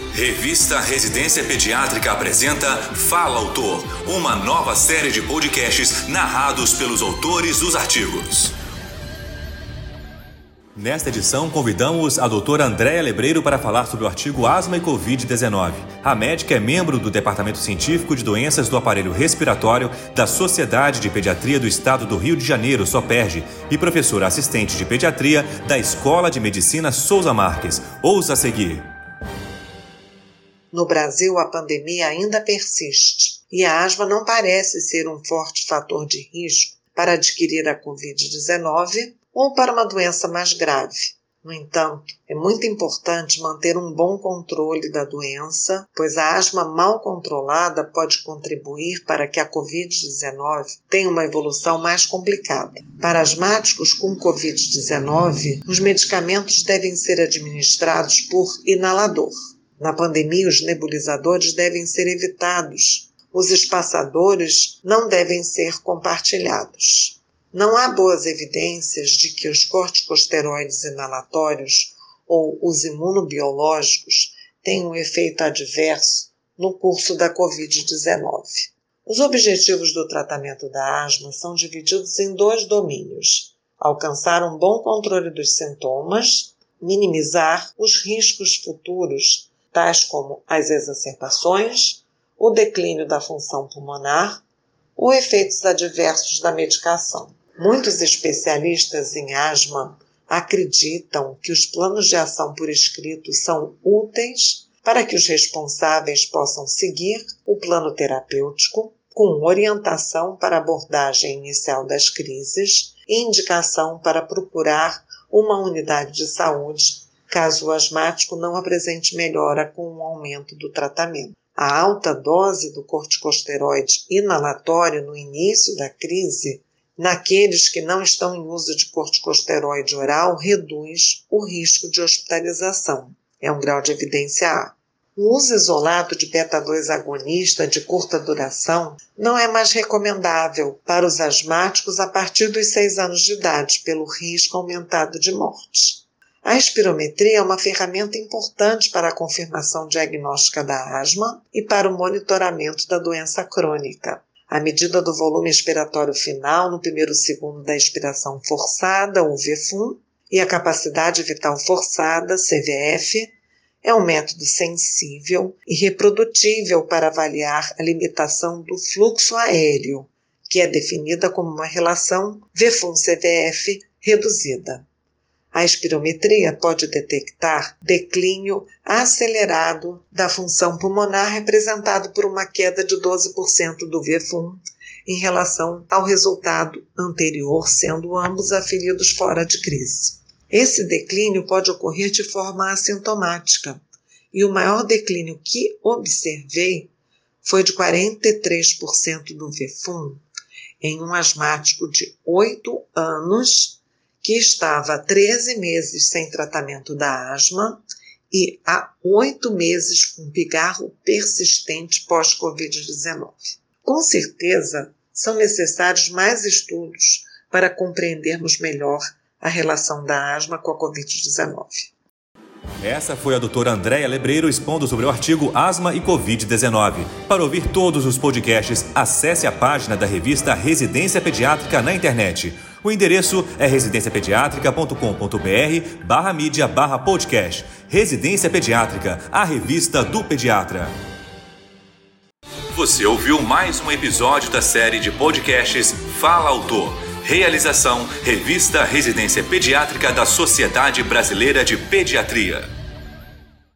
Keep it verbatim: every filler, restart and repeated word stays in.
Revista Residência Pediátrica apresenta Fala Autor, uma nova série de podcasts narrados pelos autores dos artigos. Nesta edição, convidamos a doutora Andréia Lebreiro para falar sobre o artigo Asma e covid dezenove. A médica é membro do Departamento Científico de Doenças do Aparelho Respiratório da Sociedade de Pediatria do Estado do Rio de Janeiro, SOPERJ, e professora assistente de pediatria da Escola de Medicina Souza Marques. Ouça a seguir. No Brasil, a pandemia ainda persiste e a asma não parece ser um forte fator de risco para adquirir a covid dezenove ou para uma doença mais grave. No entanto, é muito importante manter um bom controle da doença, pois a asma mal controlada pode contribuir para que a covid dezenove tenha uma evolução mais complicada. Para asmáticos com covid dezenove, os medicamentos devem ser administrados por inalador. Na pandemia, os nebulizadores devem ser evitados. Os espaçadores não devem ser compartilhados. Não há boas evidências de que os corticosteroides inalatórios ou os imunobiológicos tenham um efeito adverso no curso da covid dezenove. Os objetivos do tratamento da asma são divididos em dois domínios: alcançar um bom controle dos sintomas, minimizar os riscos futuros, tais como as exacerbações, o declínio da função pulmonar ou efeitos adversos da medicação. Muitos especialistas em asma acreditam que os planos de ação por escrito são úteis para que os responsáveis possam seguir o plano terapêutico com orientação para a abordagem inicial das crises e indicação para procurar uma unidade de saúde caso o asmático não apresente melhora com o aumento do tratamento. A alta dose do corticosteroide inalatório no início da crise, naqueles que não estão em uso de corticosteroide oral, reduz o risco de hospitalização. É um grau de evidência A. O uso isolado de beta dois agonista de curta duração não é mais recomendável para os asmáticos a partir dos seis anos de idade, pelo risco aumentado de morte. A espirometria é uma ferramenta importante para a confirmação diagnóstica da asma e para o monitoramento da doença crônica. A medida do volume expiratório final no primeiro segundo da expiração forçada, ou V F U M, e a capacidade vital forçada, C V F, é um método sensível e reprodutível para avaliar a limitação do fluxo aéreo, que é definida como uma relação V F U M-C V F reduzida. A espirometria pode detectar declínio acelerado da função pulmonar, representado por uma queda de doze por cento do V F U M em relação ao resultado anterior, sendo ambos aferidos fora de crise. Esse declínio pode ocorrer de forma assintomática, e o maior declínio que observei foi de quarenta e três por cento do V F U M em um asmático de oito anos, que estava há treze meses sem tratamento da asma e há oito meses com pigarro persistente pós-covid dezenove. Com certeza, são necessários mais estudos para compreendermos melhor a relação da asma com a covid dezenove. Essa foi a doutora Andréia Lebreiro expondo sobre o artigo Asma e covid dezenove. Para ouvir todos os podcasts, acesse a página da revista Residência Pediátrica na internet. O endereço é residenciapediatrica.com.br barra mídia barra podcast. Residência Pediátrica, a revista do pediatra. Você ouviu mais um episódio da série de podcasts Fala Autor. Realização, Revista Residência Pediátrica da Sociedade Brasileira de Pediatria.